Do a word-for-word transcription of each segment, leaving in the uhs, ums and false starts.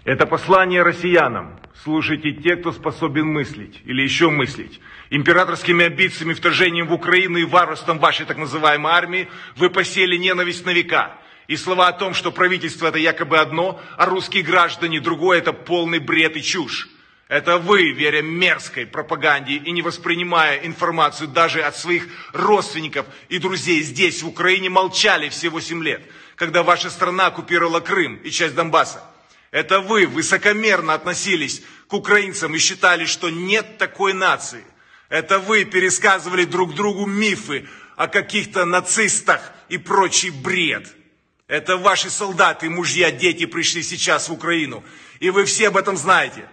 Это послание россиянам. Слушайте те, кто способен мыслить, или еще мыслить. Императорскими амбициями, вторжением в Украину и варварством вашей так называемой армии вы посеяли ненависть на века. И слова о том, что правительство это якобы одно, а русские граждане другое, это полный бред и чушь. Это вы, веря мерзкой пропаганде и не воспринимая информацию даже от своих родственников и друзей здесь, в Украине, молчали все восемь лет, когда ваша страна оккупировала Крым и часть Донбасса. Это вы высокомерно относились к украинцам и считали, что нет такой нации. Это вы пересказывали друг другу мифы о каких-то нацистах и прочий бред. Это ваши солдаты, мужья, дети пришли сейчас в Украину. И вы все об этом знаете.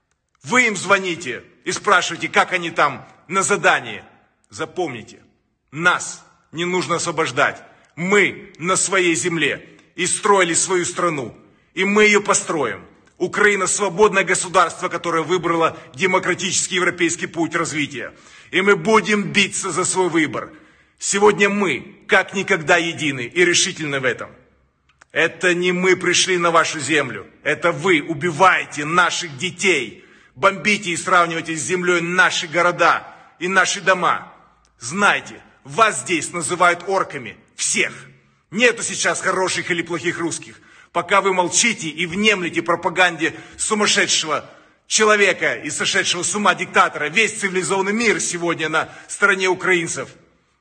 Вы им звоните и спрашиваете, как они там на задании. Запомните, нас не нужно освобождать. Мы на своей земле и строили свою страну. И мы ее построим. Украина – свободное государство, которое выбрало демократический европейский путь развития. И мы будем биться за свой выбор. Сегодня мы, как никогда, едины и решительны в этом. Это не мы пришли на вашу землю. Это вы убиваете наших детей. Бомбите и сравниваете с землей наши города и наши дома. Знайте, вас здесь называют орками. Всех. Нету сейчас хороших или плохих русских. Пока вы молчите и внемлете пропаганде сумасшедшего человека и сошедшего с ума диктатора, весь цивилизованный мир сегодня на стороне украинцев.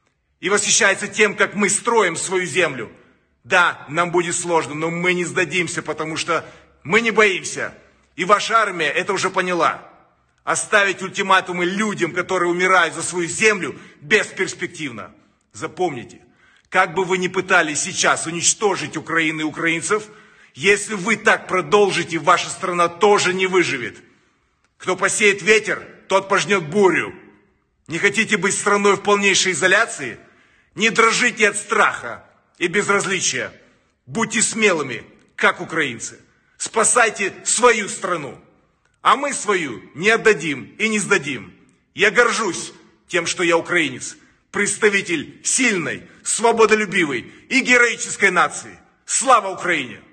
И восхищается тем, как мы строим свою землю. Да, нам будет сложно, но мы не сдадимся, потому что мы не боимся. И ваша армия это уже поняла. Оставить ультиматумы людям, которые умирают за свою землю, бесперспективно. Запомните. Как бы вы ни пытались сейчас уничтожить Украину и украинцев, если вы так продолжите, ваша страна тоже не выживет. Кто посеет ветер, тот пожнет бурю. Не хотите быть страной в полнейшей изоляции? Не дрожите от страха и безразличия. Будьте смелыми, как украинцы. Спасайте свою страну. А мы свою не отдадим и не сдадим. Я горжусь тем, что я украинец. Представитель сильной, свободолюбивой и героической нации. Слава Украине!